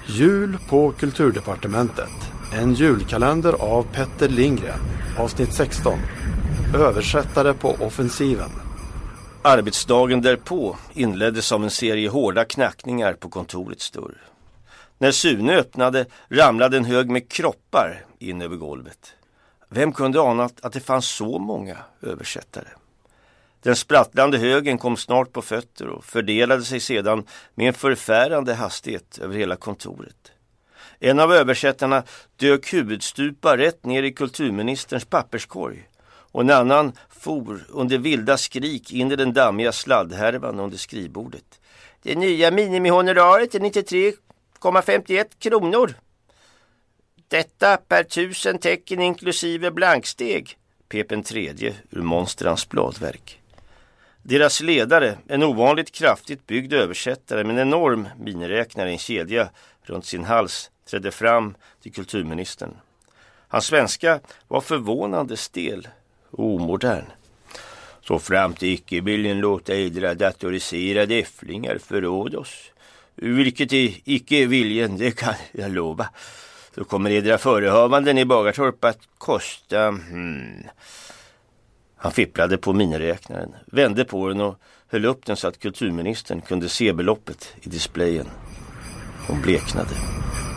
Jul på Kulturdepartementet. En julkalender av Petter Lindgren. Avsnitt 16. Översättare på offensiven. Arbetsdagen därpå inleddes av en serie hårda knackningar på kontorets dörr. När Sune öppnade ramlade en hög med kroppar in över golvet. Vem kunde ana att det fanns så många översättare? Den sprattlande högen kom snart på fötter och fördelade sig sedan med en förfärande hastighet över hela kontoret. En av översättarna dök huvudstupa rätt ner i kulturministerns papperskorg och en annan for under vilda skrik in i den dammiga sladdhärvan under skrivbordet. Det nya minimihonoraret är 93,51 kronor. Detta per 1000 tecken inklusive blanksteg, pep en tredje ur monstrans bladverk. Deras ledare, en ovanligt kraftigt byggd översättare med en enorm miniräknare i en kedja runt sin hals, trädde fram till kulturministern. Hans svenska var förvånande stel och omodern. Så fram till icke-viljen låta edra datoriserade äfflingar förråda oss. Vilket är icke-viljen, det kan jag lova. Så kommer edra förehövanden i Bagartorp att kosta... Han fipplade på miniräknaren, vände på den och höll upp den så att kulturministern kunde se beloppet i displayen. Hon bleknade.